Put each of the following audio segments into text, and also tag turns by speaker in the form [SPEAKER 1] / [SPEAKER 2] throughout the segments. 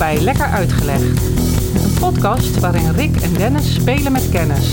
[SPEAKER 1] bij Lekker Uitgelegd. Een podcast waarin Rick en Dennis spelen met kennis.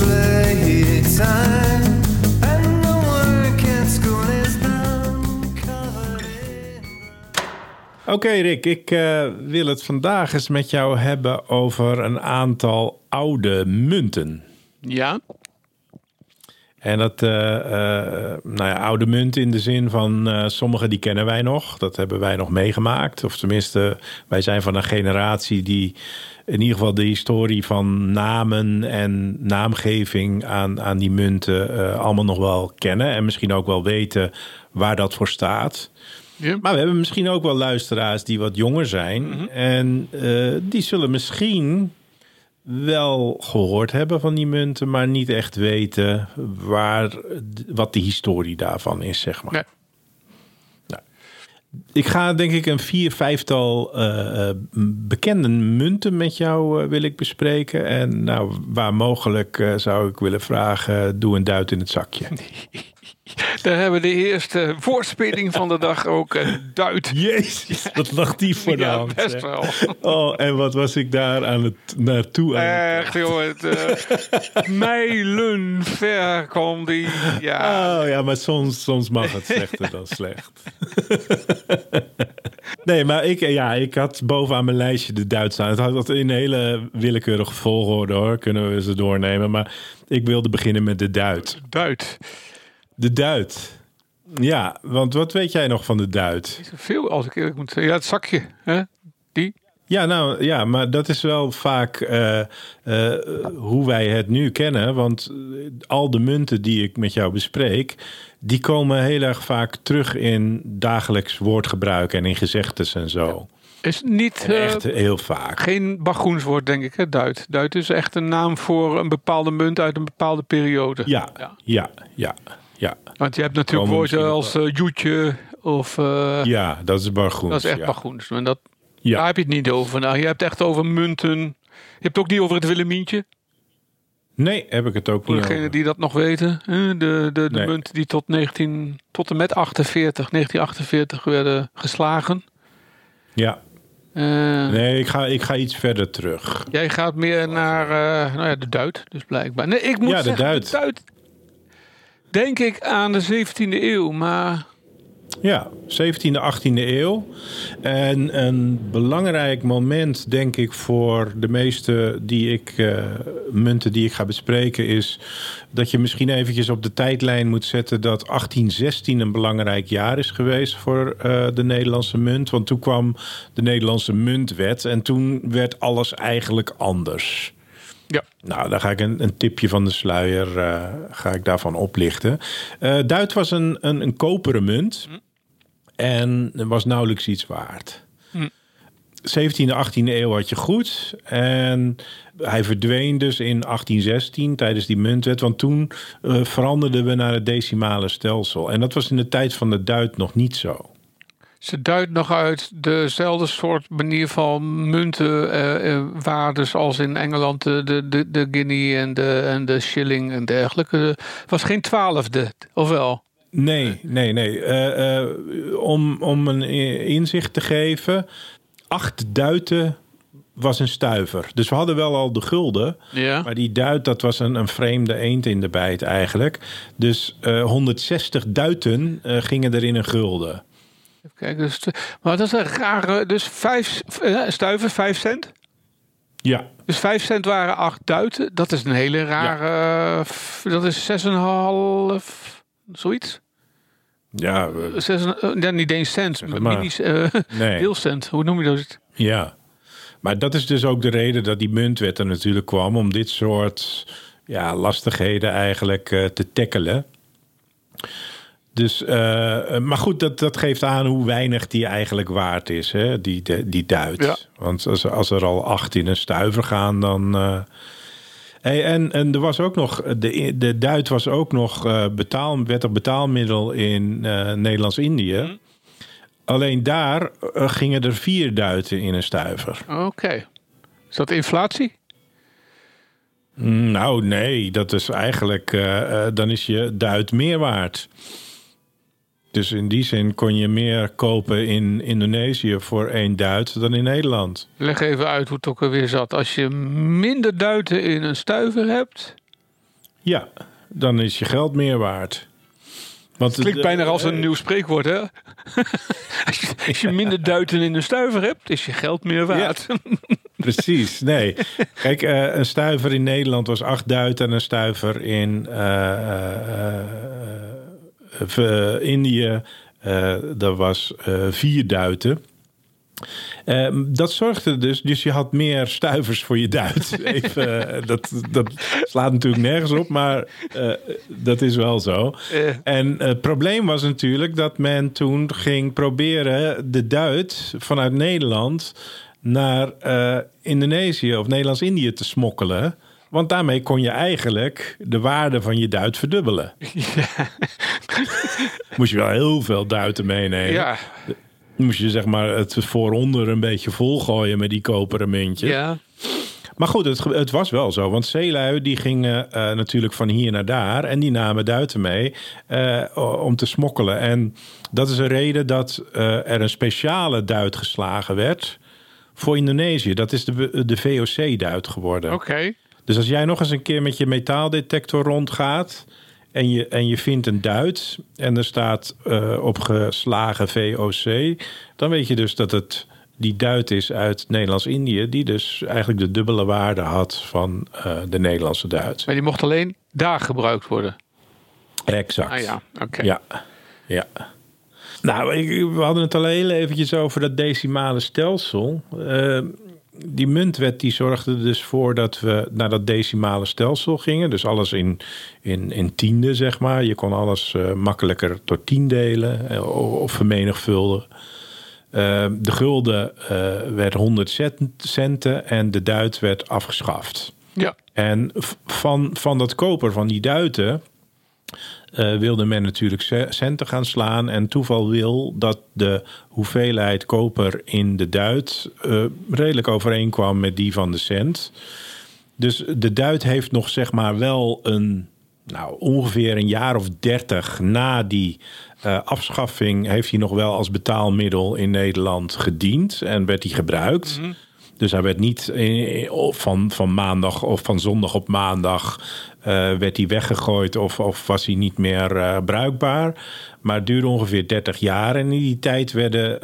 [SPEAKER 2] Oké, Rick, ik wil het vandaag eens met jou hebben over een aantal oude munten.
[SPEAKER 3] Ja.
[SPEAKER 2] En dat, oude munten in de zin van sommige die kennen wij nog. Dat hebben wij nog meegemaakt. Of tenminste, wij zijn van een generatie die in ieder geval de historie van namen en naamgeving aan die munten allemaal nog wel kennen. En misschien ook wel weten waar dat voor staat. Ja. Maar we hebben misschien ook wel luisteraars die wat jonger zijn. Mm-hmm. En die zullen misschien wel gehoord hebben van die munten, maar niet echt weten wat de historie daarvan is, zeg maar. Nee. Nou, ik ga denk ik een 4-5-tal bekende munten met jou wil ik bespreken. En nou, waar mogelijk zou ik willen vragen, doe een duit in het zakje.
[SPEAKER 3] Daar hebben we de eerste voorspeling van de dag ook een duit.
[SPEAKER 2] Jezus, wat lag die voor de hand.
[SPEAKER 3] Ja, best wel.
[SPEAKER 2] Oh, en wat was ik daar naartoe aan het...
[SPEAKER 3] Echt, joh, mijlen ver kwam die. Ja.
[SPEAKER 2] Oh ja, maar soms mag het slechter dan slecht. Nee, maar ik had bovenaan mijn lijstje de Duits staan. Het had in een hele willekeurige volgorde, hoor. Kunnen we ze doornemen. Maar ik wilde beginnen met de Duit. De Duit. Ja, want wat weet jij nog van de Duit?
[SPEAKER 3] Niet zoveel, als ik eerlijk moet zeggen. Ja, het zakje, hè? Die?
[SPEAKER 2] Ja, maar dat is wel vaak hoe wij het nu kennen. Want al de munten die ik met jou bespreek, die komen heel erg vaak terug in dagelijks woordgebruik en in gezegdes en zo.
[SPEAKER 3] Is niet
[SPEAKER 2] echt heel vaak.
[SPEAKER 3] Geen Bagoenswoord, denk ik, hè? Duit. Duit is echt een naam voor een bepaalde munt uit een bepaalde periode.
[SPEAKER 2] Ja.
[SPEAKER 3] Want je hebt natuurlijk woorden als joetje of...
[SPEAKER 2] ja, dat is Bagoens.
[SPEAKER 3] Dat is echt Bagoens. En daar heb je het niet over. Nou, je hebt het echt over munten. Je hebt het ook niet over het Willemientje.
[SPEAKER 2] Nee, heb ik het ook niet over.
[SPEAKER 3] Voor degenen die dat nog weten. De munten die tot en met 1948 werden geslagen.
[SPEAKER 2] Ja. Nee, ik ga iets verder terug.
[SPEAKER 3] Jij gaat meer naar de Duit, dus blijkbaar. Nee, ik moet zeggen, de Duit denk ik aan de 17e eeuw, maar...
[SPEAKER 2] Ja, 17e, 18e eeuw. En een belangrijk moment, denk ik, voor de meeste munten die ik ga bespreken, is dat je misschien eventjes op de tijdlijn moet zetten dat 1816 een belangrijk jaar is geweest voor de Nederlandse munt. Want toen kwam de Nederlandse muntwet en toen werd alles eigenlijk anders. Ja. Nou, daar ga ik een tipje van de sluier ga ik daarvan oplichten. Duit was een koperen munt en was nauwelijks iets waard. 17e, 18e eeuw had je goed. En hij verdween dus in 1816 tijdens die muntwet. Want toen veranderden we naar het decimale stelsel. En dat was in de tijd van de Duit nog niet zo.
[SPEAKER 3] Ze duidt nog uit dezelfde soort manier van muntenwaardes als in Engeland de guinea en de shilling en dergelijke. Het was geen 12e, of wel?
[SPEAKER 2] Nee. Om een inzicht te geven, 8 duiten was een stuiver. Dus we hadden wel al de gulden. Ja. Maar die duit, dat was een vreemde eend in de bijt eigenlijk. Dus 160 duiten gingen er in een gulden.
[SPEAKER 3] Kijk, maar dat is een rare... Dus 5 stuiver, 5 cent?
[SPEAKER 2] Ja.
[SPEAKER 3] Dus 5 cent waren 8 duiten. Dat is een hele rare... Ja. Dat is 6,5... Zoiets?
[SPEAKER 2] Ja.
[SPEAKER 3] Niet eens cent. Maar deelcent. Hoe noem je dat?
[SPEAKER 2] Ja. Maar dat is dus ook de reden dat die muntwet er natuurlijk kwam. Om dit soort lastigheden eigenlijk te tackelen. Dus, maar goed, dat geeft aan hoe weinig die eigenlijk waard is, hè? Die duit. Ja. Want als er al 8 in een stuiver gaan, dan... En er was ook nog... De duit was ook nog wettig betaalmiddel in Nederlands-Indië. Alleen daar gingen er 4 duiten in een stuiver.
[SPEAKER 3] Oké. Is dat inflatie?
[SPEAKER 2] Nou, nee. Dat is eigenlijk... dan is je duit meer waard. Dus in die zin kon je meer kopen in Indonesië voor 1 duit dan in Nederland.
[SPEAKER 3] Leg even uit hoe het ook alweer zat. Als je minder duiten in een stuiver hebt...
[SPEAKER 2] Ja, dan is je geld meer waard. Want
[SPEAKER 3] Het klinkt bijna als een nieuw spreekwoord, hè? Als je minder duiten in een stuiver hebt, is je geld meer waard.
[SPEAKER 2] Ja, precies, nee. Kijk, een stuiver in Nederland was 8 duiten en een stuiver in Indië, dat was 4 duiten. Dat zorgde dus je had meer stuivers voor je duit. Even, dat slaat natuurlijk nergens op, maar dat is wel zo. En het probleem was natuurlijk dat men toen ging proberen de duit vanuit Nederland naar Indonesië of Nederlands-Indië te smokkelen. Want daarmee kon je eigenlijk de waarde van je duit verdubbelen.
[SPEAKER 3] Ja.
[SPEAKER 2] Moest je wel heel veel duiten meenemen.
[SPEAKER 3] Ja.
[SPEAKER 2] Moest je zeg maar het vooronder een beetje volgooien met die koperen muntjes.
[SPEAKER 3] Ja.
[SPEAKER 2] Maar goed, het was wel zo. Want zeelui die gingen natuurlijk van hier naar daar. En die namen duiten mee om te smokkelen. En dat is een reden dat er een speciale duit geslagen werd voor Indonesië. Dat is de VOC-duit geworden.
[SPEAKER 3] Oké.
[SPEAKER 2] Dus als jij nog eens een keer met je metaaldetector rondgaat en je vindt een duit en er staat opgeslagen VOC, dan weet je dus dat het die duit is uit Nederlands-Indië, die dus eigenlijk de dubbele waarde had van de Nederlandse duit.
[SPEAKER 3] Maar die mocht alleen daar gebruikt worden?
[SPEAKER 2] Exact.
[SPEAKER 3] Ah ja, oké.
[SPEAKER 2] Ja. Nou, we hadden het al heel eventjes over dat decimale stelsel. Die muntwet die zorgde er dus voor dat we naar dat decimale stelsel gingen. Dus alles in tiende, zeg maar. Je kon alles makkelijker door 10 delen of vermenigvuldigen. De gulden werd 100 centen en de duit werd afgeschaft.
[SPEAKER 3] Ja.
[SPEAKER 2] En van dat koper van die duiten wilde men natuurlijk centen gaan slaan. En toeval wil dat de hoeveelheid koper in de duit redelijk overeenkwam met die van de cent. Dus de duit heeft nog zeg maar wel ongeveer een jaar of 30 na die afschaffing heeft hij nog wel als betaalmiddel in Nederland gediend en werd hij gebruikt. Mm-hmm. Dus hij werd niet van maandag of van zondag op maandag werd hij weggegooid of was hij niet meer bruikbaar. Maar het duurde ongeveer 30 jaar. En in die tijd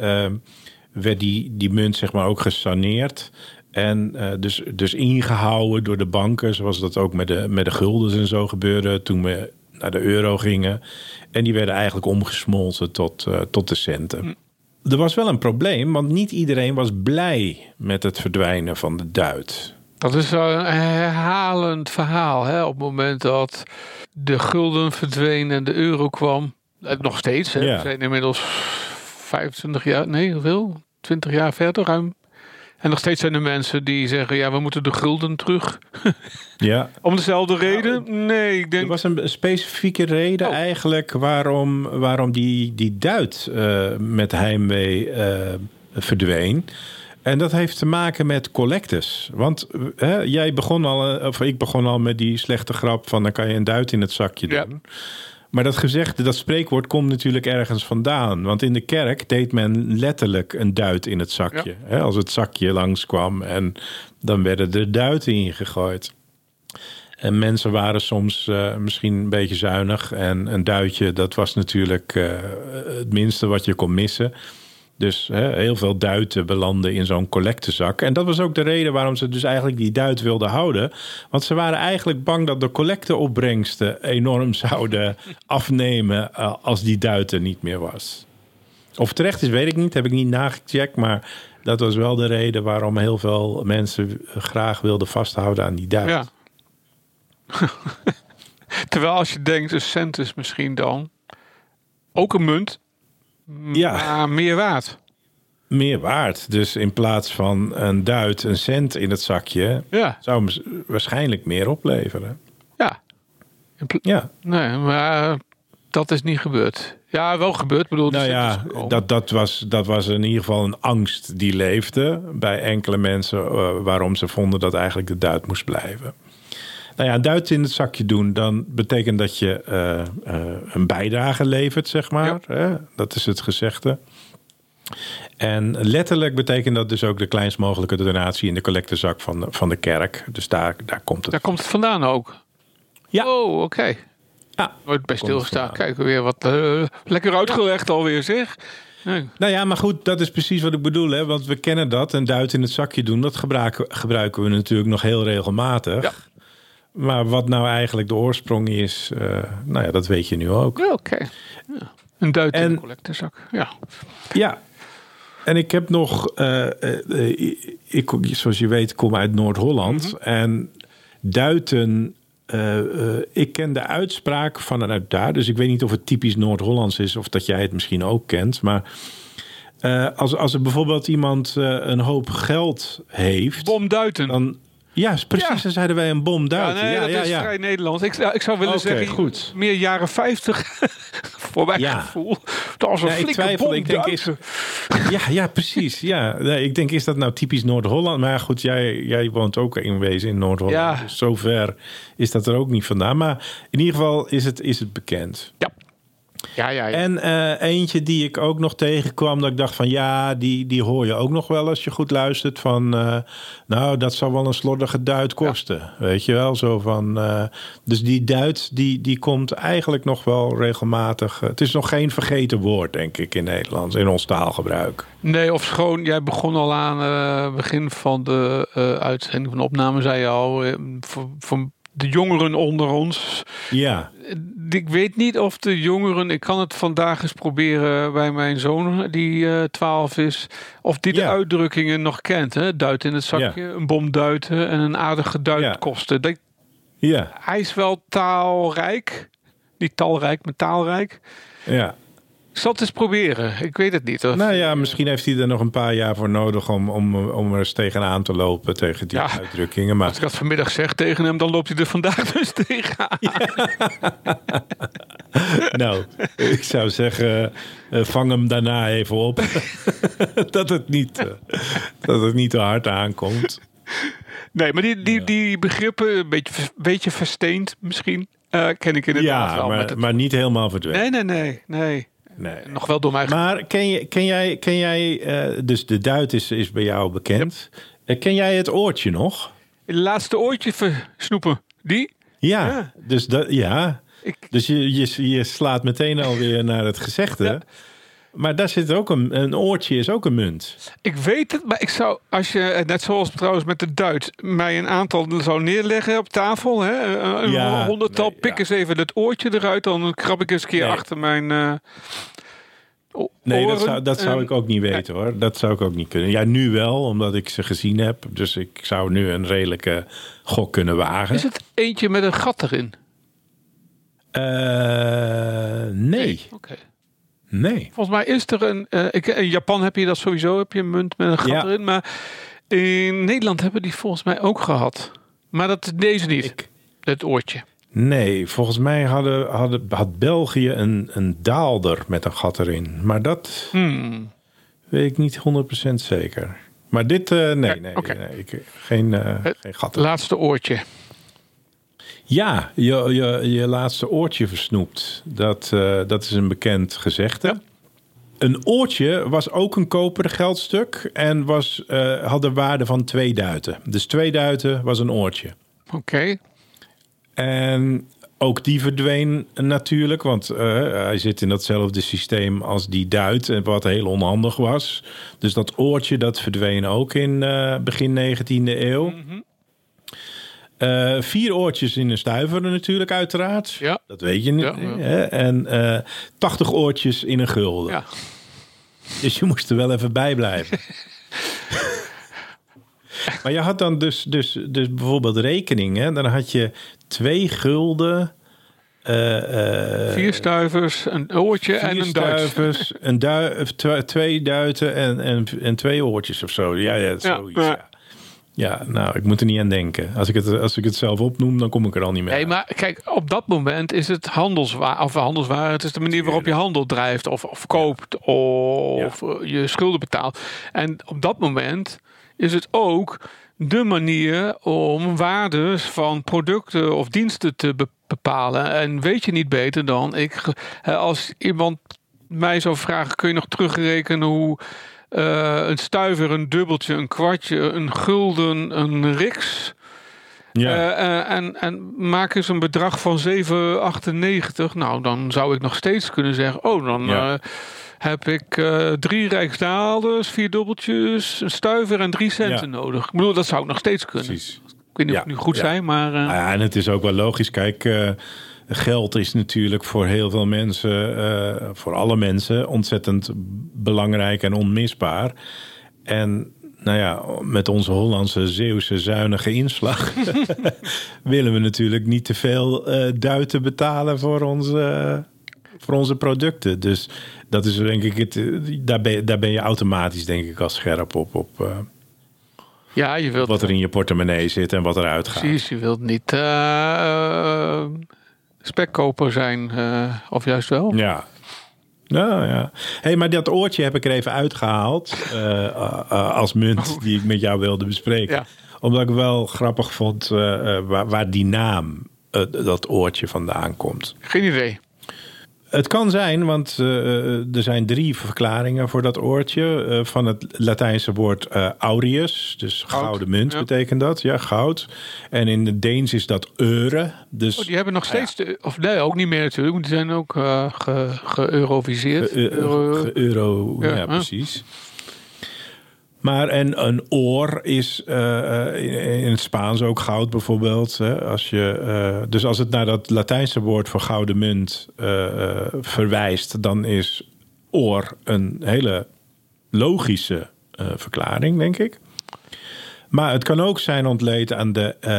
[SPEAKER 2] werd die munt zeg maar ook gesaneerd. En dus ingehouden door de banken, zoals dat ook met de guldens en zo gebeurde toen we naar de euro gingen. En die werden eigenlijk omgesmolten tot de centen. Er was wel een probleem, want niet iedereen was blij met het verdwijnen van de duit.
[SPEAKER 3] Dat is een herhalend verhaal. Hè? Op het moment dat de gulden verdween en de euro kwam. Nog steeds. Hè?
[SPEAKER 2] Ja.
[SPEAKER 3] We zijn inmiddels 25 jaar, nee hoeveel? 20 jaar verder ruim. En nog steeds zijn er mensen die zeggen, ja, we moeten de gulden terug.
[SPEAKER 2] Ja.
[SPEAKER 3] Om dezelfde reden? Nee, ik denk...
[SPEAKER 2] Er was een specifieke reden eigenlijk waarom die duit met heimwee verdween. En dat heeft te maken met collectes. Want ik begon al met die slechte grap van dan kan je een duit in het zakje doen. Ja. Maar dat spreekwoord komt natuurlijk ergens vandaan. Want in de kerk deed men letterlijk een duit in het zakje. Ja. Als het zakje langskwam en dan werden er duiten ingegooid. En mensen waren soms misschien een beetje zuinig. En een duitje, dat was natuurlijk het minste wat je kon missen. Dus heel veel duiten belanden in zo'n collectezak. En dat was ook de reden waarom ze dus eigenlijk die duit wilden houden. Want ze waren eigenlijk bang dat de collecteopbrengsten enorm zouden afnemen als die duit er niet meer was. Of terecht is, weet ik niet. Heb ik niet nagecheckt. Maar dat was wel de reden waarom heel veel mensen graag wilden vasthouden aan die duit.
[SPEAKER 3] Ja. Terwijl als je denkt, een cent is misschien dan ook een munt. Ja, maar meer waard.
[SPEAKER 2] Meer waard. Dus in plaats van een duit, een cent in het zakje, zou hem waarschijnlijk meer opleveren.
[SPEAKER 3] Ja.
[SPEAKER 2] Ja.
[SPEAKER 3] Nee, maar dat is niet gebeurd. Ja, wel gebeurd. Bedoel,
[SPEAKER 2] dat was in ieder geval een angst die leefde bij enkele mensen waarom ze vonden dat eigenlijk de duit moest blijven. Nou ja, een duit in het zakje doen, dan betekent dat je een bijdrage levert, zeg maar.
[SPEAKER 3] Ja.
[SPEAKER 2] Hè? Dat is het gezegde. En letterlijk betekent dat dus ook de kleinst mogelijke donatie in de collectezak van de kerk. Dus daar komt het.
[SPEAKER 3] Daar komt het vandaan ook?
[SPEAKER 2] Ja.
[SPEAKER 3] Oh, oké.
[SPEAKER 2] Ja,
[SPEAKER 3] Nooit bij stilgestaan.
[SPEAKER 2] vandaan.
[SPEAKER 3] Kijk, weer wat lekker uitgelegd alweer, zeg. Nee.
[SPEAKER 2] Nou ja, maar goed, dat is precies wat ik bedoel. Hè? Want we kennen dat, een duit in het zakje doen. Dat gebruiken we natuurlijk nog heel regelmatig.
[SPEAKER 3] Ja.
[SPEAKER 2] Maar wat nou eigenlijk de oorsprong is, nou ja, dat weet je nu ook.
[SPEAKER 3] Ja, oké. Ja. Een duit in
[SPEAKER 2] En-
[SPEAKER 3] de collectezak. Ja.
[SPEAKER 2] Ja, en ik heb nog, ik, zoals je weet, kom uit Noord-Holland. En duiten, ik ken de uitspraak vanuit daar. Dus ik weet niet of het typisch Noord-Hollands is of dat jij het misschien ook kent. Maar als er bijvoorbeeld iemand een hoop geld heeft,
[SPEAKER 3] Bomduiten.
[SPEAKER 2] dan... Ja, precies,
[SPEAKER 3] Ja.
[SPEAKER 2] dan zeiden wij een bom
[SPEAKER 3] Ja,
[SPEAKER 2] duiten.
[SPEAKER 3] nee, dat is vrij Nederlands. Ik zou willen
[SPEAKER 2] Oké,
[SPEAKER 3] zeggen,
[SPEAKER 2] goed.
[SPEAKER 3] meer jaren 50 voor mijn
[SPEAKER 2] Ja.
[SPEAKER 3] gevoel. Dat was een
[SPEAKER 2] Ja, ik
[SPEAKER 3] flinke
[SPEAKER 2] twijfel.
[SPEAKER 3] bom
[SPEAKER 2] Ik denk,
[SPEAKER 3] duiten.
[SPEAKER 2] Ja, precies. Ja. Nee, ik denk, is dat nou typisch Noord-Holland? Maar ja, goed, jij woont ook in wezen in Noord-Holland.
[SPEAKER 3] Ja.
[SPEAKER 2] Dus zover is dat er ook niet vandaan. Maar in ieder geval is het bekend.
[SPEAKER 3] Ja.
[SPEAKER 2] En eentje die ik ook nog tegenkwam, dat ik dacht van ja, die hoor je ook nog wel als je goed luistert. Van nou, dat zal wel een slordige duit kosten. Weet je wel, zo van. Dus die duit, die komt eigenlijk nog wel regelmatig. Het is nog geen vergeten woord, denk ik, in Nederlands, in ons taalgebruik.
[SPEAKER 3] Nee, of schoon, jij begon al aan het begin van de uitzending van de opname, zei je al, voor de jongeren onder ons.
[SPEAKER 2] Ja,
[SPEAKER 3] Ik weet niet of de jongeren, ik kan het vandaag eens proberen bij mijn zoon die 12 is, of die de
[SPEAKER 2] Ja.
[SPEAKER 3] uitdrukkingen nog kent. Hè? Duit in het zakje, een bom duiten en een aardige duit
[SPEAKER 2] Ja.
[SPEAKER 3] kosten.
[SPEAKER 2] ja,
[SPEAKER 3] Hij is wel taalrijk. Niet talrijk, maar taalrijk.
[SPEAKER 2] ja.
[SPEAKER 3] Ik zal het eens proberen. Ik weet het niet. Of,
[SPEAKER 2] Nou ja, misschien heeft hij er nog een paar jaar voor nodig om er eens tegenaan te lopen tegen die
[SPEAKER 3] Ja.
[SPEAKER 2] uitdrukkingen. Maar
[SPEAKER 3] Als ik dat vanmiddag zeg tegen hem, dan loopt hij er vandaag dus tegenaan.
[SPEAKER 2] nou, ik zou zeggen, vang hem daarna even op. dat het niet te hard aankomt.
[SPEAKER 3] Nee, maar die begrippen, een beetje versteend misschien, ken ik inderdaad
[SPEAKER 2] Ja,
[SPEAKER 3] wel. Met het...
[SPEAKER 2] maar niet helemaal verdwenen.
[SPEAKER 3] Nee.
[SPEAKER 2] Nee.
[SPEAKER 3] Nog wel door mij.
[SPEAKER 2] Maar ken jij dus de duit is bij jou bekend. Ken jij het oortje nog?
[SPEAKER 3] Laatste oortje versnoepen. Die?
[SPEAKER 2] Ja,
[SPEAKER 3] Ja.
[SPEAKER 2] dus Dus je slaat meteen alweer naar het gezegde.
[SPEAKER 3] Ja.
[SPEAKER 2] Maar daar zit ook een oortje is ook een munt.
[SPEAKER 3] Ik weet het, maar ik zou, als je, net zoals trouwens met de Duits, mij een aantal zou neerleggen op tafel, hè, een
[SPEAKER 2] Ja,
[SPEAKER 3] 100-tal,
[SPEAKER 2] nee,
[SPEAKER 3] pik
[SPEAKER 2] ja.
[SPEAKER 3] eens even het oortje eruit, dan krab ik eens een keer
[SPEAKER 2] Nee.
[SPEAKER 3] achter mijn
[SPEAKER 2] Nee,
[SPEAKER 3] oren.
[SPEAKER 2] dat zou ik ook niet weten hoor. Dat zou ik ook niet kunnen. Ja, nu wel, omdat ik ze gezien heb. Dus ik zou nu een redelijke gok kunnen wagen.
[SPEAKER 3] Is het eentje met een gat erin?
[SPEAKER 2] Nee.
[SPEAKER 3] Oké.
[SPEAKER 2] Nee.
[SPEAKER 3] Volgens mij is er in Japan heb je dat sowieso, heb je een munt met een gat
[SPEAKER 2] Ja.
[SPEAKER 3] erin. Maar in Nederland hebben die volgens mij ook gehad. Maar dat is deze niet, het oortje.
[SPEAKER 2] Nee, volgens mij had België een daalder met een gat erin. Maar dat weet ik niet 100% zeker. Maar dit, nee.
[SPEAKER 3] oké.
[SPEAKER 2] Geen gat.
[SPEAKER 3] Laatste oortje.
[SPEAKER 2] Ja, je laatste oortje versnoept. Dat is een bekend gezegde.
[SPEAKER 3] Ja.
[SPEAKER 2] Een oortje was ook een koperen geldstuk en had de waarde van 2 duiten. Dus 2 duiten was een oortje.
[SPEAKER 3] Oké.
[SPEAKER 2] En ook die verdween natuurlijk, want hij zit in datzelfde systeem als die duit, wat heel onhandig was. Dus dat oortje dat verdween ook in begin 19e eeuw. 4 oortjes in een stuiver natuurlijk uiteraard.
[SPEAKER 3] Ja.
[SPEAKER 2] Dat weet je niet.
[SPEAKER 3] Ja.
[SPEAKER 2] Hè? En 80 oortjes in een gulden.
[SPEAKER 3] Ja.
[SPEAKER 2] Dus je moest er wel even bij blijven. Maar je had dan dus bijvoorbeeld rekening. Hè? Dan had je 2 gulden.
[SPEAKER 3] 4 stuivers, een oortje
[SPEAKER 2] 4
[SPEAKER 3] en een Duits.
[SPEAKER 2] stuivers, 2 duiten en 2 oortjes of zo. Ja, zoiets.
[SPEAKER 3] ja.
[SPEAKER 2] Ja, nou, ik moet er niet aan denken. Als ik het zelf opnoem, dan kom ik er al niet meer
[SPEAKER 3] Nee,
[SPEAKER 2] uit.
[SPEAKER 3] maar kijk, op dat moment is het handelswaar. Het is de manier waarop je handel drijft of koopt of je schulden betaalt. En op dat moment is het ook de manier om waardes van producten of diensten te bepalen. En weet je niet beter dan als iemand mij zou vragen, kun je nog terugrekenen hoe een stuiver, een dubbeltje, een kwartje, een gulden, een riks. Ja. En maak eens een bedrag van 7,98. Nou, dan zou ik nog steeds kunnen zeggen, heb ik 3 rijksdaalders, 4 dubbeltjes, een stuiver en 3 centen nodig. Ik bedoel, dat zou ik nog steeds kunnen.
[SPEAKER 2] Precies.
[SPEAKER 3] Ik weet niet of het nu goed zijn, maar...
[SPEAKER 2] en het is ook wel logisch. Kijk, geld is natuurlijk voor heel veel mensen, voor alle mensen, ontzettend belangrijk en onmisbaar. En met onze Hollandse, Zeeuwse, zuinige inslag willen we natuurlijk niet te veel duiten betalen voor onze producten. Dus dat is denk ik daar ben je automatisch denk ik al scherp op
[SPEAKER 3] je wilt
[SPEAKER 2] wat er in je portemonnee zit en wat eruit gaat.
[SPEAKER 3] Precies, je wilt niet spekkoper zijn, of juist wel.
[SPEAKER 2] Ja. Nou ja. Hey, maar dat oortje heb ik er even uitgehaald als munt die ik met jou wilde bespreken. Ja. Omdat ik wel grappig vond waar die naam, dat oortje vandaan komt.
[SPEAKER 3] Geen idee.
[SPEAKER 2] Het kan zijn, want er zijn 3 verklaringen voor dat oortje. Van het Latijnse woord aureus, dus gouden munt betekent dat. Ja, goud. En in het Deens is dat eure. Dus,
[SPEAKER 3] die hebben nog steeds, ook niet meer natuurlijk. Die zijn ook geëuroviseerd.
[SPEAKER 2] Precies. Maar en een oor is in het Spaans ook goud bijvoorbeeld. Hè? Dus als het naar dat Latijnse woord voor gouden munt verwijst, dan is oor een hele logische verklaring, denk ik. Maar het kan ook zijn ontleed aan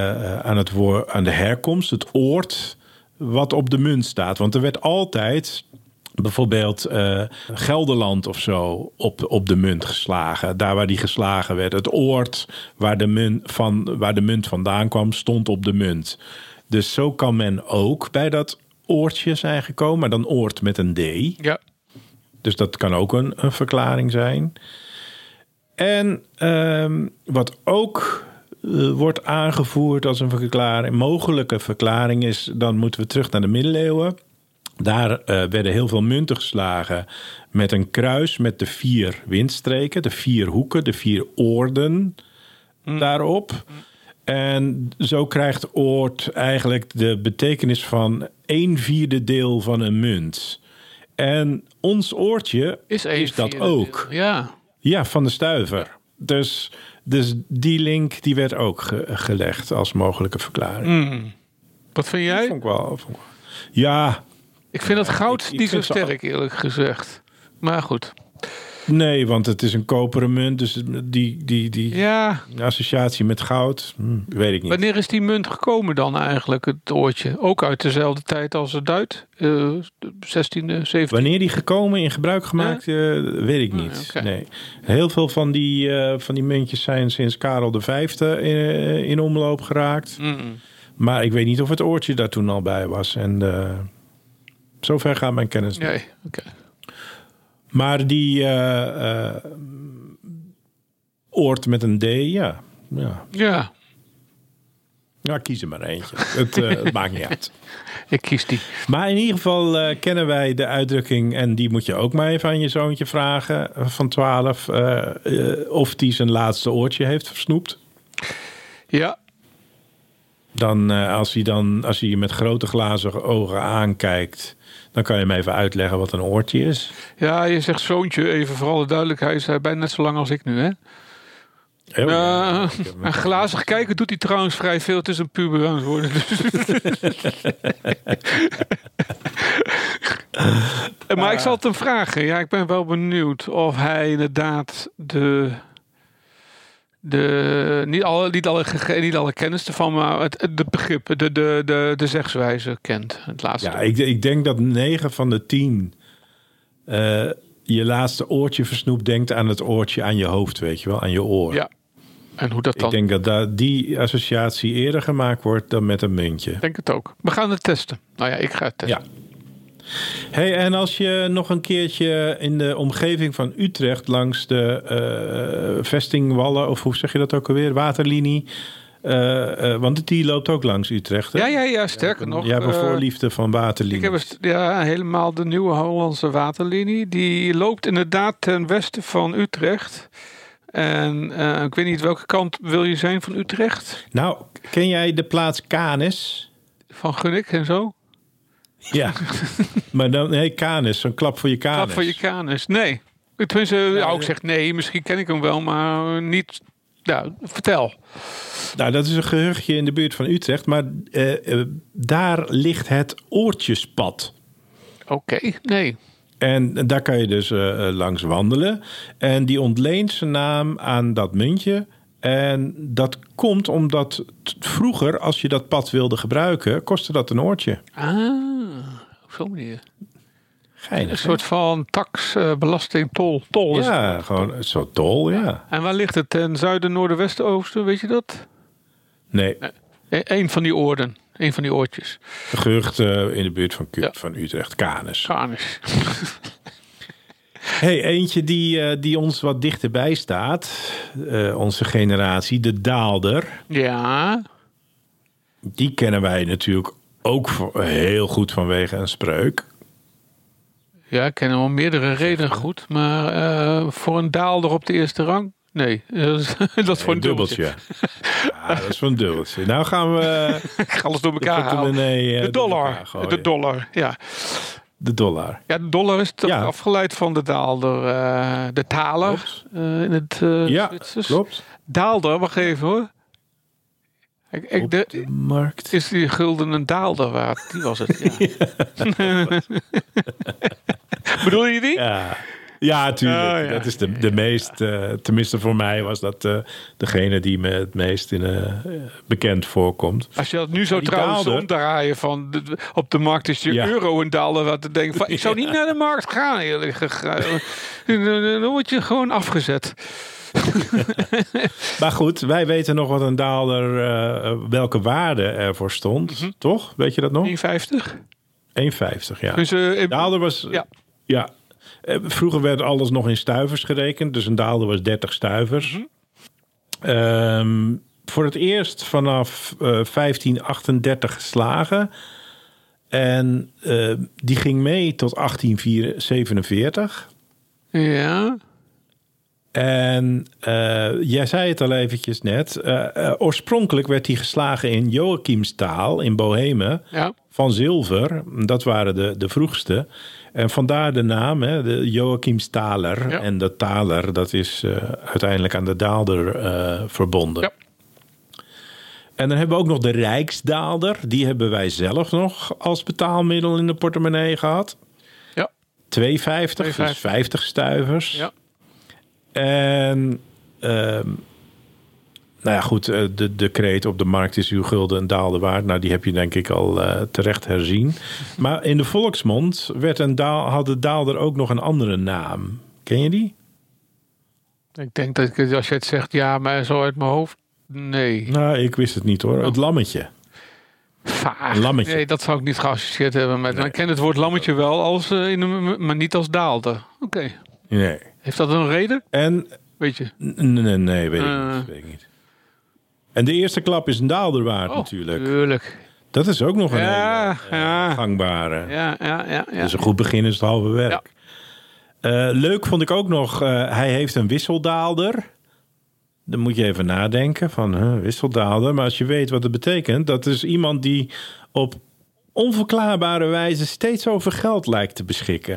[SPEAKER 2] de herkomst, het oord wat op de munt staat. Want er werd altijd bijvoorbeeld Gelderland of zo op de munt geslagen. Daar waar die geslagen werd. Het oord waar de munt vandaan kwam, stond op de munt. Dus zo kan men ook bij dat oortje zijn gekomen. Maar dan oort met een D.
[SPEAKER 3] Ja.
[SPEAKER 2] Dus dat kan ook een verklaring zijn. En wat ook wordt aangevoerd als een mogelijke verklaring is, dan moeten we terug naar de middeleeuwen. Daar werden heel veel munten geslagen met een kruis met de 4 windstreken, de 4 hoeken, de 4 oorden daarop. En zo krijgt oord eigenlijk de betekenis van 1/4 deel van een munt. En ons oortje is dat ook.
[SPEAKER 3] Ja.
[SPEAKER 2] Ja, van de stuiver. Dus die link die werd ook gelegd als mogelijke verklaring.
[SPEAKER 3] Wat vind jij?
[SPEAKER 2] Vond ik wel. Ja.
[SPEAKER 3] Ik vind het goud niet zo sterk, eerlijk gezegd. Maar goed.
[SPEAKER 2] Nee, want het is een koperen munt. Dus die associatie met goud, weet ik niet.
[SPEAKER 3] Wanneer is die munt gekomen dan eigenlijk, het oortje? Ook uit dezelfde tijd als het Duit? 16e, 17e?
[SPEAKER 2] Wanneer die gekomen, in gebruik gemaakt, weet ik niet. Okay. Nee. Heel veel van die muntjes zijn sinds Karel V in omloop geraakt. Maar ik weet niet of het oortje daar toen al bij was. En zover gaat mijn kennis niet.
[SPEAKER 3] Nee, oké.
[SPEAKER 2] Maar die oort met een D, ja. Ja, kies er maar eentje. Het maakt niet uit.
[SPEAKER 3] Ik kies die.
[SPEAKER 2] Maar in ieder geval kennen wij de uitdrukking, en die moet je ook maar even aan je zoontje vragen van 12, of die zijn laatste oortje heeft versnoept.
[SPEAKER 3] Ja.
[SPEAKER 2] Dan, als hij je met grote glazen ogen aankijkt, dan kan je hem even uitleggen wat een oortje is.
[SPEAKER 3] Ja, je zegt zoontje, even voor alle duidelijkheid, hij is bijna net zo lang als ik nu, hè? En glazig kijken doet hij trouwens vrij veel. Het is een puber aan het worden. Maar ik zal het hem vragen. Ja, ik ben wel benieuwd of hij inderdaad niet alle kennis ervan, maar de begrip, de zegswijze kent. Het laatste.
[SPEAKER 2] Ja, ik denk dat 9 van de 10 je laatste oortje versnoept denkt aan het oortje aan je hoofd, weet je wel, aan je oor.
[SPEAKER 3] Ja. En hoe dat dan?
[SPEAKER 2] Ik denk dat die associatie eerder gemaakt wordt dan met een muntje.
[SPEAKER 3] Ik denk het ook. We gaan het testen. Nou ja, ik ga het testen.
[SPEAKER 2] Ja. Hey, en als je nog een keertje in de omgeving van Utrecht langs de vestingwallen, of hoe zeg je dat ook alweer, waterlinie, want die loopt ook langs Utrecht. Hè?
[SPEAKER 3] Ja, sterker nog.
[SPEAKER 2] Jij hebt een voorliefde van waterlinie.
[SPEAKER 3] Ik heb helemaal de nieuwe Hollandse waterlinie. Die loopt inderdaad ten westen van Utrecht. En ik weet niet welke kant wil je zijn van Utrecht?
[SPEAKER 2] Nou, ken jij de plaats Canis?
[SPEAKER 3] Van Gunnik en zo?
[SPEAKER 2] Ja, maar dan, nee, Canis, zo'n klap voor je Canis.
[SPEAKER 3] Klap voor je Canis, nee. Tenminste, ik zeg nee, misschien ken ik hem wel, maar niet. Nou, vertel.
[SPEAKER 2] Nou, dat is een gehuchtje in de buurt van Utrecht, maar daar ligt het Oortjespad.
[SPEAKER 3] Oké, nee.
[SPEAKER 2] En daar kan je dus langs wandelen. En die ontleent zijn naam aan dat muntje. En dat komt omdat vroeger, als je dat pad wilde gebruiken, kostte dat een oortje.
[SPEAKER 3] Op zo'n manier.
[SPEAKER 2] Geinig,
[SPEAKER 3] een soort van tax, belasting, tol.
[SPEAKER 2] Ja, gewoon een soort tol, ja.
[SPEAKER 3] En waar ligt het? Ten zuiden, noorden, westen, oosten, weet je dat?
[SPEAKER 2] Nee.
[SPEAKER 3] Eén van die oorden. Een van die oortjes.
[SPEAKER 2] Een gehucht in de buurt van Utrecht. Canis. Hey, eentje die ons wat dichterbij staat. Onze generatie. De Daalder.
[SPEAKER 3] Ja.
[SPEAKER 2] Die kennen wij natuurlijk ook heel goed vanwege een spreuk.
[SPEAKER 3] Ja, ik ken hem om meerdere redenen goed. Maar voor een Daalder op de eerste rang? Nee, dat is voor een dubbeltje.
[SPEAKER 2] Ja, dat is voor een dubbeltje. Nou gaan we...
[SPEAKER 3] alles door elkaar halen. De dollar, ja.
[SPEAKER 2] De dollar.
[SPEAKER 3] Ja, de dollar is toch afgeleid van de Daalder. De taler in het Zwitsers.
[SPEAKER 2] Klopt.
[SPEAKER 3] Daalder, wacht even hoor.
[SPEAKER 2] De markt.
[SPEAKER 3] Is die gulden een Daalder waard? Die was het, ja. Bedoel je die?
[SPEAKER 2] Ja, tuurlijk. Dat is de meest... tenminste voor mij was dat degene die me het meest bekend voorkomt.
[SPEAKER 3] Als je dat nu zo trouwens omdraaien van... op de markt is je euro een Daalder. Wat te denken van, ik zou niet naar de markt gaan. Eerlijk gezegd. Dan word je gewoon afgezet.
[SPEAKER 2] Maar goed, wij weten nog wat een Daalder... welke waarde ervoor stond. Toch? Weet je dat nog?
[SPEAKER 3] 1,50?
[SPEAKER 2] 1,50, ja.
[SPEAKER 3] Dus,
[SPEAKER 2] Daalder was... Ja. Vroeger werd alles nog in stuivers gerekend. Dus een Daalder was 30 stuivers. Voor het eerst vanaf 1538 geslagen. En die ging mee tot 1847.
[SPEAKER 3] Ja.
[SPEAKER 2] En jij zei het al eventjes net. Oorspronkelijk werd hij geslagen in Joachimstaal in Bohemen. Ja. Van zilver. Dat waren de vroegste. En vandaar de naam, hè, de Joachimstaler. Ja. En de taler, dat is uiteindelijk aan de Daalder verbonden. Ja. En dan hebben we ook nog de Rijksdaalder. Die hebben wij zelf nog als betaalmiddel in de portemonnee gehad. Ja. 2,50, dus 50 stuivers. Ja. En nou ja, goed, de kreet op de markt is uw gulden een Daalder waard. Nou, die heb je denk ik al terecht herzien. Maar in de volksmond had de Daalder ook nog een andere naam. Ken je die?
[SPEAKER 3] Ik denk dat als je het zegt, ja, maar zo uit mijn hoofd, nee.
[SPEAKER 2] Nou, ik wist het niet hoor. Oh. Het lammetje.
[SPEAKER 3] Vaag. Een lammetje. Nee, dat zou ik niet geassocieerd hebben met. Nee. Ik ken het woord lammetje wel, maar niet als Daalder. Oké.
[SPEAKER 2] Nee.
[SPEAKER 3] Heeft dat een reden?
[SPEAKER 2] En
[SPEAKER 3] weet je?
[SPEAKER 2] Nee, weet ik niet. En de eerste klap is een Daalder waard natuurlijk.
[SPEAKER 3] Tuurlijk.
[SPEAKER 2] Dat is ook nog een hele gangbare.
[SPEAKER 3] Ja.
[SPEAKER 2] Dus een goed begin is het halve werk. Ja. Leuk vond ik ook nog, hij heeft een wisseldaalder. Dan moet je even nadenken van wisseldaalder. Maar als je weet wat het betekent, dat is iemand die op onverklaarbare wijze steeds over geld lijkt te beschikken.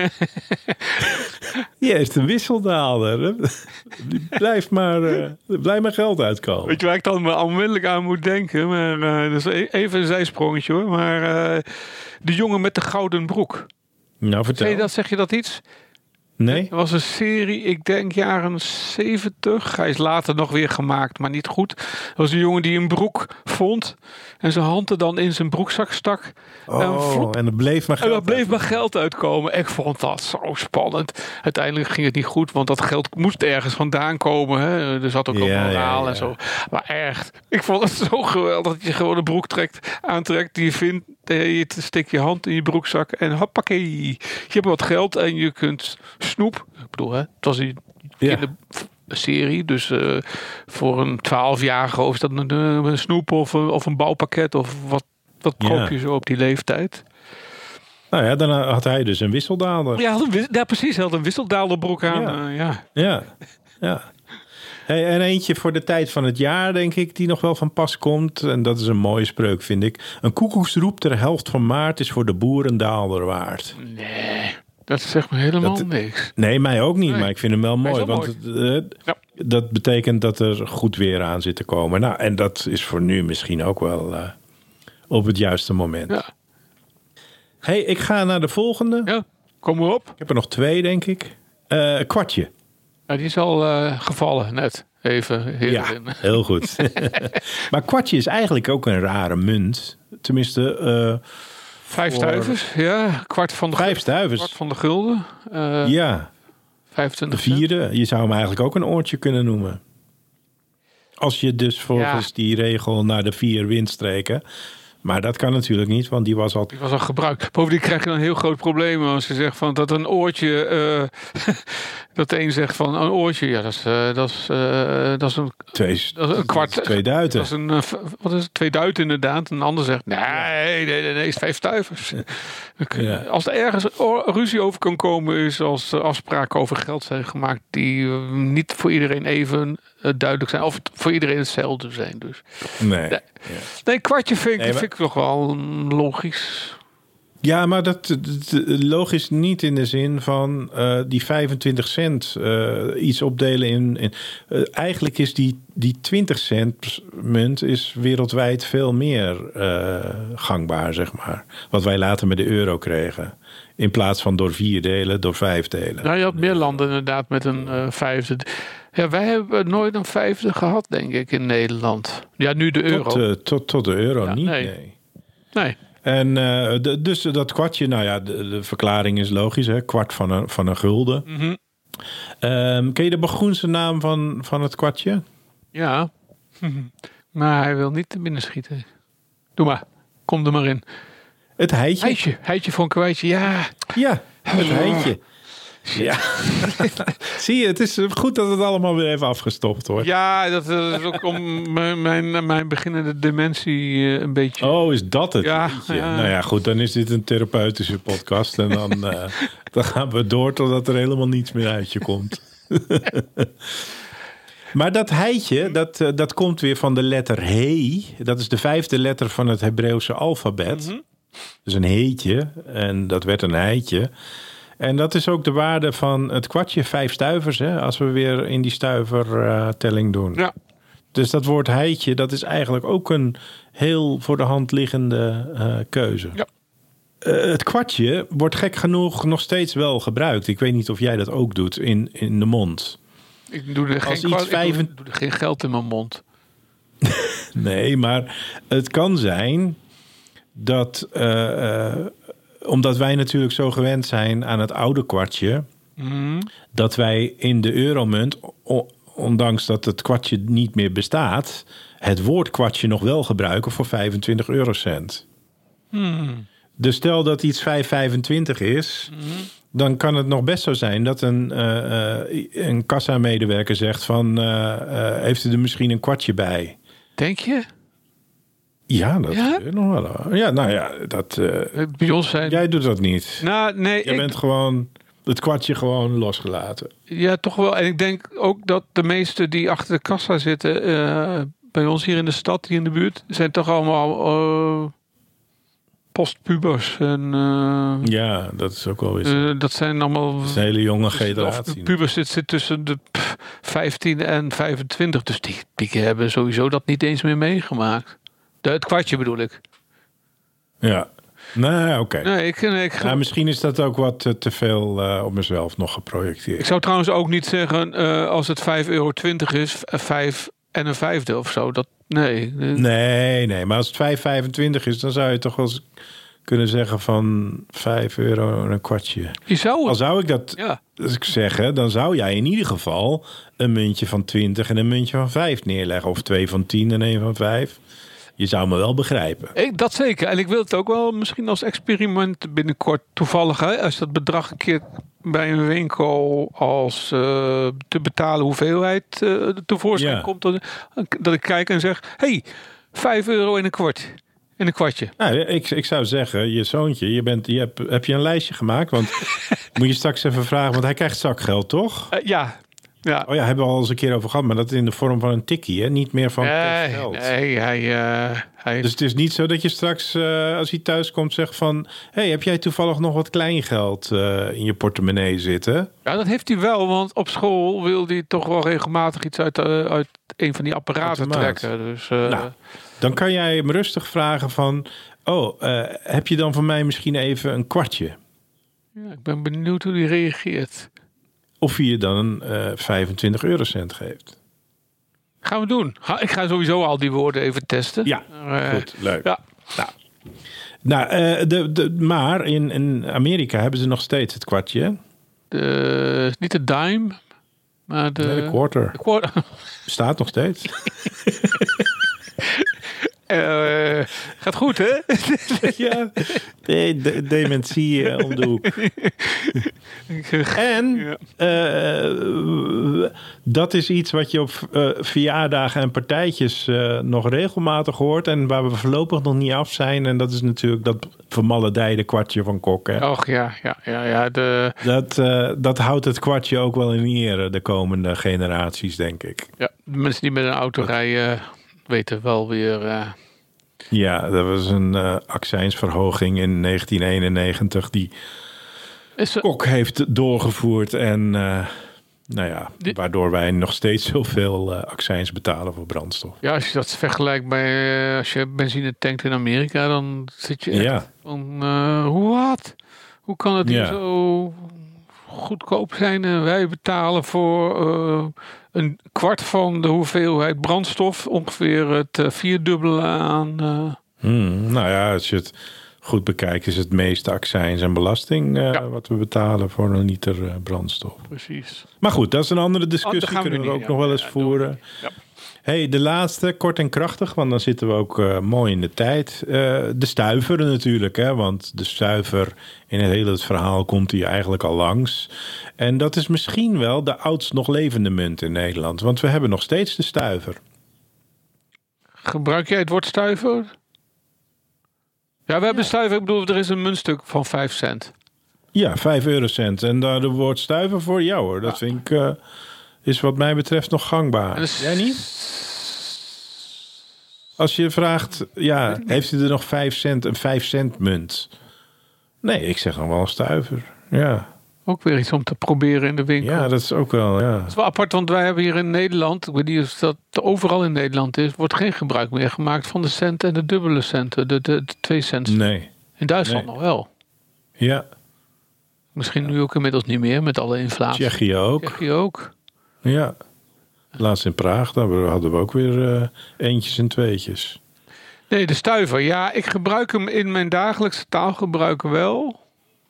[SPEAKER 2] Die heeft een wisseldaalder. Blijf maar geld uitkomen.
[SPEAKER 3] Weet je waar ik dan onmiddellijk aan moet denken? Maar, dus even een zijsprongetje hoor. Maar de jongen met de gouden broek.
[SPEAKER 2] Nou, vertel.
[SPEAKER 3] Zeg je dat iets?
[SPEAKER 2] Nee.
[SPEAKER 3] Er was een serie, ik denk jaren 70. Hij is later nog weer gemaakt, maar niet goed. Er was een jongen die een broek vond en zijn hand er dan in zijn broekzak stak.
[SPEAKER 2] En er bleef maar
[SPEAKER 3] geld uitkomen. Ik vond dat zo spannend. Uiteindelijk ging het niet goed, want dat geld moest ergens vandaan komen. Hè? Er zat ook een moraal en zo. Maar echt, ik vond het zo geweldig dat je gewoon een broek aantrekt die je vindt Je steekt je hand in je broekzak en hoppakee. Je hebt wat geld en je kunt snoep. Ik bedoel, het was een kinderserie. Dus voor een 12-jarige of is dat een snoep of een bouwpakket of wat koop je zo op die leeftijd?
[SPEAKER 2] Nou ja, dan had hij dus een wisseldaalder.
[SPEAKER 3] Ja, precies. Hij had een wisseldaalderbroek aan.
[SPEAKER 2] Ja. Hey, en eentje voor de tijd van het jaar, denk ik, die nog wel van pas komt. En dat is een mooie spreuk, vind ik. Een koekoeksroep ter helft van maart is voor de boer een daalder waard.
[SPEAKER 3] Nee, dat zegt me helemaal niks.
[SPEAKER 2] Nee, mij ook niet, maar ik vind hem wel mooi. Want
[SPEAKER 3] ja.
[SPEAKER 2] Dat betekent dat er goed weer aan zit te komen. Nou, en dat is voor nu misschien ook wel op het juiste moment.
[SPEAKER 3] Ja.
[SPEAKER 2] Hey, ik ga naar de volgende.
[SPEAKER 3] Ja, kom maar op.
[SPEAKER 2] Ik heb er nog 2, denk ik. Kwartje.
[SPEAKER 3] Ja, die is al gevallen net. Even hierin.
[SPEAKER 2] Ja, heel goed. Maar kwartje is eigenlijk ook een rare munt. Tenminste...
[SPEAKER 3] 5 stuivers, ja. Kwart van de
[SPEAKER 2] 5 stuivers.
[SPEAKER 3] Kwart van de gulden.
[SPEAKER 2] Ja.
[SPEAKER 3] 25
[SPEAKER 2] de 4e. Je zou hem eigenlijk ook een oortje kunnen noemen. Als je dus volgens die regel naar de 4 windstreken... Maar dat kan natuurlijk niet, want die was al
[SPEAKER 3] gebruikt. Bovendien krijg je dan een heel groot probleem als je zegt van dat een oortje... dat de een zegt van een oortje, ja, dat is een kwart.
[SPEAKER 2] 2 duiten.
[SPEAKER 3] Dat is wat is het? 2 duiten inderdaad. En een ander zegt, nee, is 5 stuivers. Ja. Als er ergens ruzie over kan komen, is als er afspraken over geld zijn gemaakt die niet voor iedereen even duidelijk zijn. Of voor iedereen hetzelfde zijn. Dus. Nee, kwartje vind ik toch wel logisch.
[SPEAKER 2] Ja, maar dat logisch niet in de zin van die 25 cent iets opdelen in eigenlijk is die 20 cent munt is wereldwijd veel meer gangbaar, zeg maar. Wat wij later met de euro kregen. In plaats van door 4 delen, door 5 delen.
[SPEAKER 3] Nou, je had meer landen inderdaad met een vijfde. Ja, wij hebben nooit een vijfde gehad, denk ik, in Nederland. Ja, nu de euro.
[SPEAKER 2] Tot de euro
[SPEAKER 3] ja,
[SPEAKER 2] niet,
[SPEAKER 3] nee.
[SPEAKER 2] En dus dat kwartje, nou ja, de verklaring is logisch, hè? Kwart van een gulden.
[SPEAKER 3] Mm-hmm.
[SPEAKER 2] Ken je de Burgoense naam van het kwartje?
[SPEAKER 3] Ja, maar hij wil niet te binnen schieten. Doe maar, kom er maar in.
[SPEAKER 2] Het heitje.
[SPEAKER 3] Heitje voor een kwijtje, ja.
[SPEAKER 2] Ja, het heitje. Ja. Zie je, het is goed dat het allemaal weer even afgestopt wordt.
[SPEAKER 3] Ja, dat is ook om mijn beginnende dementie een beetje...
[SPEAKER 2] Oh, is dat het?
[SPEAKER 3] Ja.
[SPEAKER 2] Nou ja, goed, dan is dit een therapeutische podcast. En dan gaan we door totdat er helemaal niets meer uit je komt. Maar dat heitje, dat komt weer van de letter he. Dat is de 5e letter van het Hebreeuwse alfabet. Mm-hmm. Dus een heetje. En dat werd een heitje. En dat is ook de waarde van het kwartje, 5 stuivers, hè, als we weer in die stuivertelling doen.
[SPEAKER 3] Ja.
[SPEAKER 2] Dus dat woord heitje, dat is eigenlijk ook een heel voor de hand liggende keuze.
[SPEAKER 3] Ja.
[SPEAKER 2] Het kwartje wordt gek genoeg nog steeds wel gebruikt. Ik weet niet of jij dat ook doet in de mond.
[SPEAKER 3] Ik doe er geen geld in mijn mond.
[SPEAKER 2] Nee, maar het kan zijn dat... omdat wij natuurlijk zo gewend zijn aan het oude kwartje... dat wij in de euromunt, ondanks dat het kwartje niet meer bestaat... het woord kwartje nog wel gebruiken voor 25 eurocent. Dus stel dat iets 5,25 is... dan kan het nog best zo zijn dat een kassamedewerker zegt van... heeft u er misschien een kwartje bij?
[SPEAKER 3] Denk je?
[SPEAKER 2] Ja, dat gebeurt nog wel. Ja, nou ja, dat...
[SPEAKER 3] bij ons zijn...
[SPEAKER 2] Jij doet dat niet.
[SPEAKER 3] Nou, nee.
[SPEAKER 2] Jij bent gewoon het kwartje gewoon losgelaten.
[SPEAKER 3] Ja, toch wel. En ik denk ook dat de meesten die achter de kassa zitten... bij ons hier in de stad, hier in de buurt... zijn toch allemaal postpubers. En,
[SPEAKER 2] ja, dat is ook wel weer
[SPEAKER 3] dat zijn allemaal...
[SPEAKER 2] Dat is een hele jonge generatie.
[SPEAKER 3] Pubers zit tussen de 15 en 25. Dus die hebben sowieso dat niet eens meer meegemaakt. Het kwartje bedoel ik.
[SPEAKER 2] Ja. Nee, oké.
[SPEAKER 3] Nee,
[SPEAKER 2] misschien is dat ook wat te veel op mezelf nog geprojecteerd.
[SPEAKER 3] Ik zou trouwens ook niet zeggen... als het €5,20 is... 5 en een vijfde of zo. Nee. Maar als het 5,25 is... dan zou je toch wel eens kunnen zeggen van €5 en een kwartje. Al zou ik dat zeggen... dan zou jij in ieder geval... een muntje van 20 en een muntje van 5 neerleggen. Of 2 van 10 en 1 van 5...
[SPEAKER 2] je zou me wel begrijpen.
[SPEAKER 3] Dat zeker. En ik wil het ook wel misschien als experiment binnenkort toevallig. Hè, als dat bedrag een keer bij een winkel als te betalen hoeveelheid tevoorschijn komt. Dat ik kijk en zeg, hey, €5 in een kwart. In een kwartje.
[SPEAKER 2] Nou, ik zou zeggen, je zoontje, heb je een lijstje gemaakt? Want moet je straks even vragen, want hij krijgt zakgeld, toch?
[SPEAKER 3] Ja.
[SPEAKER 2] Oh ja, hebben we al eens een keer over gehad, maar dat is in de vorm van een tikkie, hè? Niet meer van geld.
[SPEAKER 3] Nee, hij...
[SPEAKER 2] Dus het is niet zo dat je straks, als hij thuis komt, zegt van... hey, heb jij toevallig nog wat kleingeld in je portemonnee zitten?
[SPEAKER 3] Ja, dat heeft hij wel, want op school wil hij toch wel regelmatig iets uit een van die apparaten trekken. Dus,
[SPEAKER 2] dan kan jij hem rustig vragen van... heb je dan voor mij misschien even een kwartje?
[SPEAKER 3] Ja, ik ben benieuwd hoe hij reageert.
[SPEAKER 2] Of hij je dan een 25 eurocent geeft.
[SPEAKER 3] Gaan we doen. Ik ga sowieso al die woorden even testen.
[SPEAKER 2] Ja, goed, leuk.
[SPEAKER 3] Ja.
[SPEAKER 2] Maar in Amerika hebben ze nog steeds het kwartje.
[SPEAKER 3] Niet de dime, maar
[SPEAKER 2] de quarter. Bestaat nog steeds.
[SPEAKER 3] Gaat goed, hè?
[SPEAKER 2] Ja, dementie om de hoek. En dat is iets wat je op verjaardagen en partijtjes nog regelmatig hoort. En waar we voorlopig nog niet af zijn. En dat is natuurlijk dat vermaledijde kwartje van Kok. Hè?
[SPEAKER 3] Och ja.
[SPEAKER 2] Dat houdt het kwartje ook wel in ere de komende generaties, denk ik.
[SPEAKER 3] Ja, de mensen die met een auto rijden weten wel weer...
[SPEAKER 2] Ja, dat was een accijnsverhoging in 1991 die Kok heeft doorgevoerd. En waardoor wij nog steeds zoveel accijns betalen voor brandstof.
[SPEAKER 3] Ja, als je dat vergelijkt bij als je benzine tankt in Amerika, dan zit je echt van, hoe kan het hier zo goedkoop zijn en wij betalen voor een kwart van de hoeveelheid brandstof, ongeveer het vierdubbele aan.
[SPEAKER 2] Als je het goed bekijkt, is het meeste accijns en belasting wat we betalen voor een liter brandstof.
[SPEAKER 3] Precies.
[SPEAKER 2] Maar goed, dat is een andere discussie. Kunnen we ook nog wel eens voeren. Ja. Hey, de laatste, kort en krachtig, want dan zitten we ook mooi in de tijd. De stuiver natuurlijk, hè, want de stuiver in het hele verhaal komt hier eigenlijk al langs. En dat is misschien wel de oudst nog levende munt in Nederland, want we hebben nog steeds de stuiver.
[SPEAKER 3] Gebruik jij het woord stuiver? Ja, we hebben stuiver, ik bedoel, er is een muntstuk van 5 cent.
[SPEAKER 2] Ja, 5 eurocent. En daar de woord stuiver voor jou hoor. Dat vind ik... is wat mij betreft nog gangbaar.
[SPEAKER 3] Dus...
[SPEAKER 2] Jij niet? Als je vraagt, heeft u er nog 5 cent, een 5 cent munt? Nee, ik zeg dan wel een stuiver. Ja.
[SPEAKER 3] Ook weer iets om te proberen in de winkel.
[SPEAKER 2] Ja, dat is ook wel, ja.
[SPEAKER 3] Dat is wel apart, want wij hebben hier in Nederland, ik weet niet of dat overal in Nederland is, wordt geen gebruik meer gemaakt van de cent en de dubbele centen, de 2 cent.
[SPEAKER 2] Nee.
[SPEAKER 3] In Duitsland nog wel.
[SPEAKER 2] Ja.
[SPEAKER 3] Misschien nu ook inmiddels niet meer met alle inflatie.
[SPEAKER 2] Tsjechië ook. Ja. Laatst in Praag, daar hadden we ook weer eentjes en tweetjes.
[SPEAKER 3] Nee, de stuiver. Ja, ik gebruik hem in mijn dagelijkse taalgebruik wel.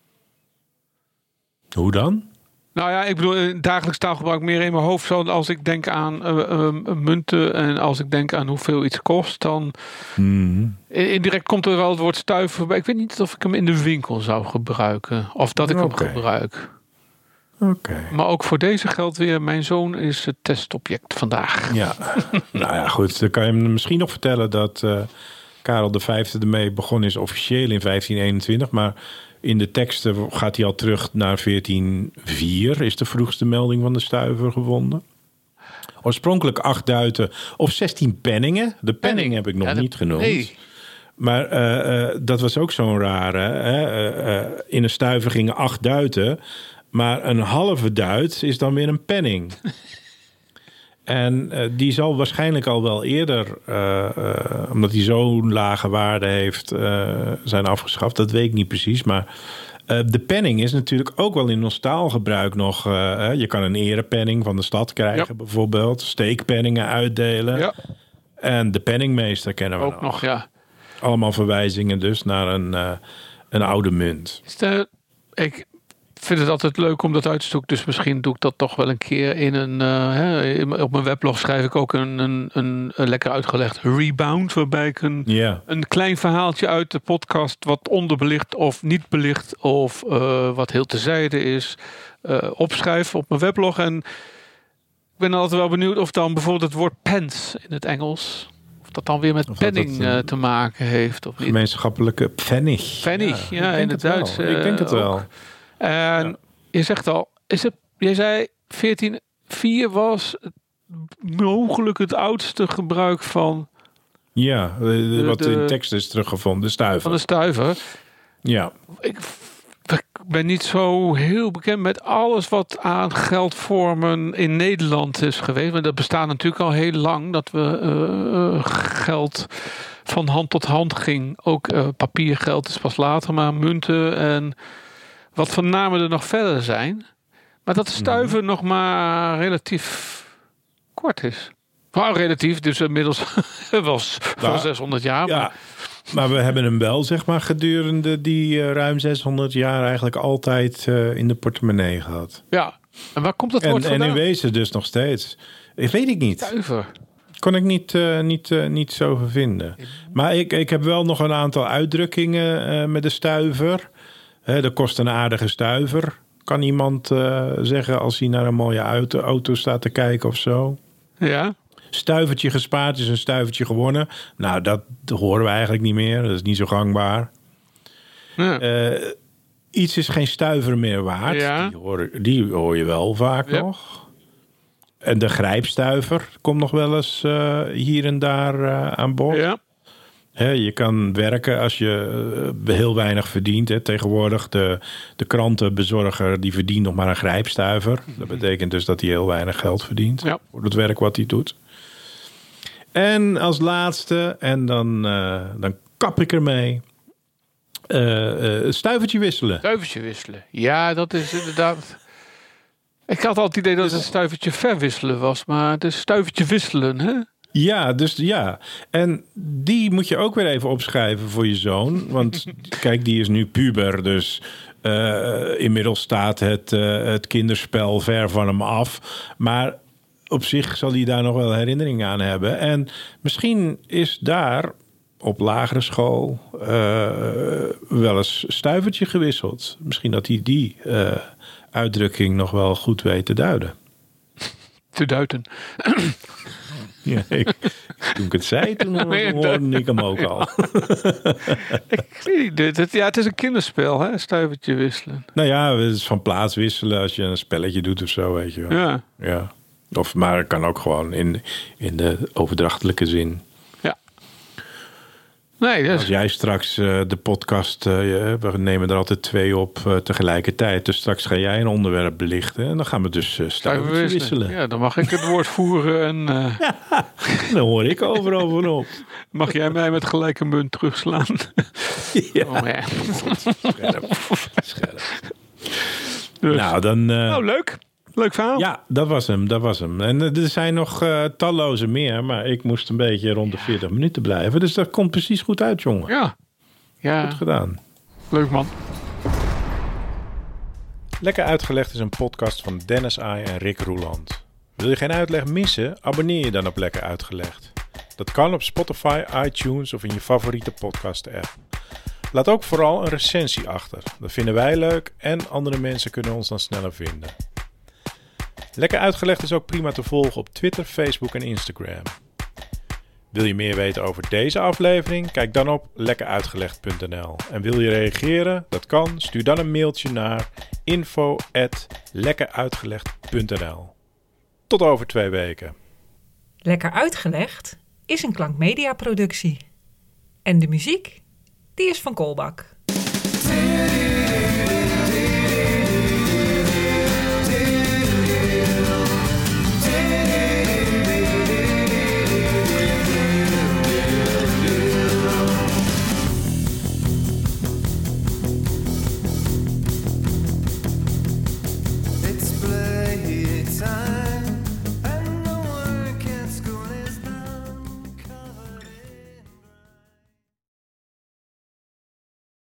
[SPEAKER 2] Hoe dan?
[SPEAKER 3] Nou ja, ik bedoel, in dagelijks taalgebruik meer in mijn hoofd. Zo als ik denk aan munten en als ik denk aan hoeveel iets kost, dan indirect komt er wel het woord stuiver voorbij. Ik weet niet of ik hem in de winkel zou gebruiken. Of dat ik hem gebruik.
[SPEAKER 2] Oké.
[SPEAKER 3] Maar ook voor deze geldt weer, mijn zoon is het testobject vandaag.
[SPEAKER 2] Ja, nou ja, goed. Dan kan je hem misschien nog vertellen dat Karel V ermee begonnen is officieel in 1521. Maar in de teksten gaat hij al terug naar 1404. Is de vroegste melding van de stuiver gevonden. Oorspronkelijk 8 duiten of 16 penningen. De penning heb ik nog niet genoemd. Nee. Maar dat was ook zo'n rare. Hè? In een stuiver gingen 8 duiten. Maar een halve duit is dan weer een penning. En die zal waarschijnlijk al wel eerder, omdat hij zo'n lage waarde heeft, zijn afgeschaft. Dat weet ik niet precies. Maar de penning is natuurlijk ook wel in ons taalgebruik nog. Je kan een erepenning van de stad krijgen bijvoorbeeld. Steekpenningen uitdelen. Ja. En de penningmeester kennen we
[SPEAKER 3] ook nog. Ja.
[SPEAKER 2] Allemaal verwijzingen dus naar een oude munt.
[SPEAKER 3] vind het altijd leuk om dat uit te zoeken. Dus misschien doe ik dat toch wel een keer in op mijn weblog schrijf ik ook een lekker uitgelegd rebound. Waarbij ik een klein verhaaltje uit de podcast wat onderbelicht of niet belicht. Of wat heel terzijde is. Opschrijf op mijn weblog. En ik ben altijd wel benieuwd of dan bijvoorbeeld het woord pence in het Engels... Of dat dan weer met penning te maken heeft. Of niet.
[SPEAKER 2] Gemeenschappelijke pfennig.
[SPEAKER 3] Pfennig, ja in het Duits.
[SPEAKER 2] Ik denk het wel.
[SPEAKER 3] En je zegt al, jij zei 1404 was mogelijk het oudste gebruik van...
[SPEAKER 2] Ja, wat in tekst is teruggevonden, de stuiver.
[SPEAKER 3] Van de stuiver.
[SPEAKER 2] Ja.
[SPEAKER 3] Ik ben niet zo heel bekend met alles wat aan geldvormen in Nederland is geweest. Maar dat bestaat natuurlijk al heel lang. Dat we geld van hand tot hand ging. Ook papiergeld is pas later, maar munten en wat voor namen er nog verder zijn. Maar dat de stuiver nog maar relatief kort is. Nou, relatief, dus inmiddels was van 600 jaar.
[SPEAKER 2] Ja. Maar we hebben hem wel, zeg maar, gedurende die ruim 600 jaar eigenlijk altijd in de portemonnee gehad.
[SPEAKER 3] Ja, en waar komt dat woord vandaan?
[SPEAKER 2] En in wezen dus nog steeds. Weet ik niet.
[SPEAKER 3] Stuiver.
[SPEAKER 2] Kon ik niet zo vinden. Maar ik heb wel nog een aantal uitdrukkingen met de stuiver. Dat kost een aardige stuiver. Kan iemand zeggen als hij naar een mooie auto staat te kijken of zo?
[SPEAKER 3] Ja.
[SPEAKER 2] Stuivertje gespaard is een stuivertje gewonnen. Nou, dat horen we eigenlijk niet meer. Dat is niet zo gangbaar. Ja. Iets is geen stuiver meer waard. Ja. Die hoor je wel vaak nog. En de grijpstuiver komt nog wel eens hier en daar aan bod. Ja. Je kan werken als je heel weinig verdient. Tegenwoordig de krantenbezorger die verdient nog maar een grijpstuiver. Dat betekent dus dat hij heel weinig geld verdient voor het werk wat hij doet. En als laatste, en dan kap ik ermee, stuivertje wisselen.
[SPEAKER 3] Stuivertje wisselen. Ja, dat is inderdaad... Ik had al het idee dat het een stuivertje verwisselen was, maar het is stuivertje wisselen, hè?
[SPEAKER 2] Ja, dus ja. En die moet je ook weer even opschrijven voor je zoon. Want kijk, die is nu puber, dus inmiddels staat het kinderspel ver van hem af. Maar op zich zal hij daar nog wel herinneringen aan hebben. En misschien is daar op lagere school wel eens stuivertje gewisseld. Misschien dat hij die uitdrukking nog wel goed weet te duiden.
[SPEAKER 3] Te duiden.
[SPEAKER 2] Ja, toen ik het zei, toen hoorde ik hem ook al.
[SPEAKER 3] Ik weet niet. Ja, het is een kinderspel, hè? Stuivertje wisselen.
[SPEAKER 2] Nou ja, het is van plaats wisselen als je een spelletje doet of zo, weet je wel. Ja. Maar het kan ook gewoon in de overdrachtelijke zin.
[SPEAKER 3] Ja. Nee, dus...
[SPEAKER 2] Als jij straks de podcast, we nemen er altijd 2 op tegelijkertijd. Dus straks ga jij een onderwerp belichten en dan gaan we dus stuivertje wisselen.
[SPEAKER 3] Ja, dan mag ik het woord voeren en...
[SPEAKER 2] dan hoor ik overal van op.
[SPEAKER 3] Mag jij mij met gelijke munt terugslaan?
[SPEAKER 2] Ja.
[SPEAKER 3] Oh, ja.
[SPEAKER 2] Scherp.
[SPEAKER 3] Dus.
[SPEAKER 2] Nou, dan...
[SPEAKER 3] leuk. Leuk verhaal.
[SPEAKER 2] Ja, dat was hem. En er zijn nog talloze meer, maar ik moest een beetje rond de 40 minuten blijven. Dus dat komt precies goed uit, jongen. Ja. Goed gedaan.
[SPEAKER 3] Leuk, man.
[SPEAKER 2] Lekker Uitgelegd is een podcast van Dennis Ai en Rick Roeland. Wil je geen uitleg missen? Abonneer je dan op Lekker Uitgelegd. Dat kan op Spotify, iTunes of in je favoriete podcast-app. Laat ook vooral een recensie achter. Dat vinden wij leuk en andere mensen kunnen ons dan sneller vinden. Lekker Uitgelegd is ook prima te volgen op Twitter, Facebook en Instagram. Wil je meer weten over deze aflevering? Kijk dan op lekkeruitgelegd.nl. En wil je reageren? Dat kan. Stuur dan een mailtje naar info@lekkeruitgelegd.nl. Tot over 2 weken.
[SPEAKER 1] Lekker Uitgelegd is een Klankmedia productie. En de muziek, die is van Kolbak.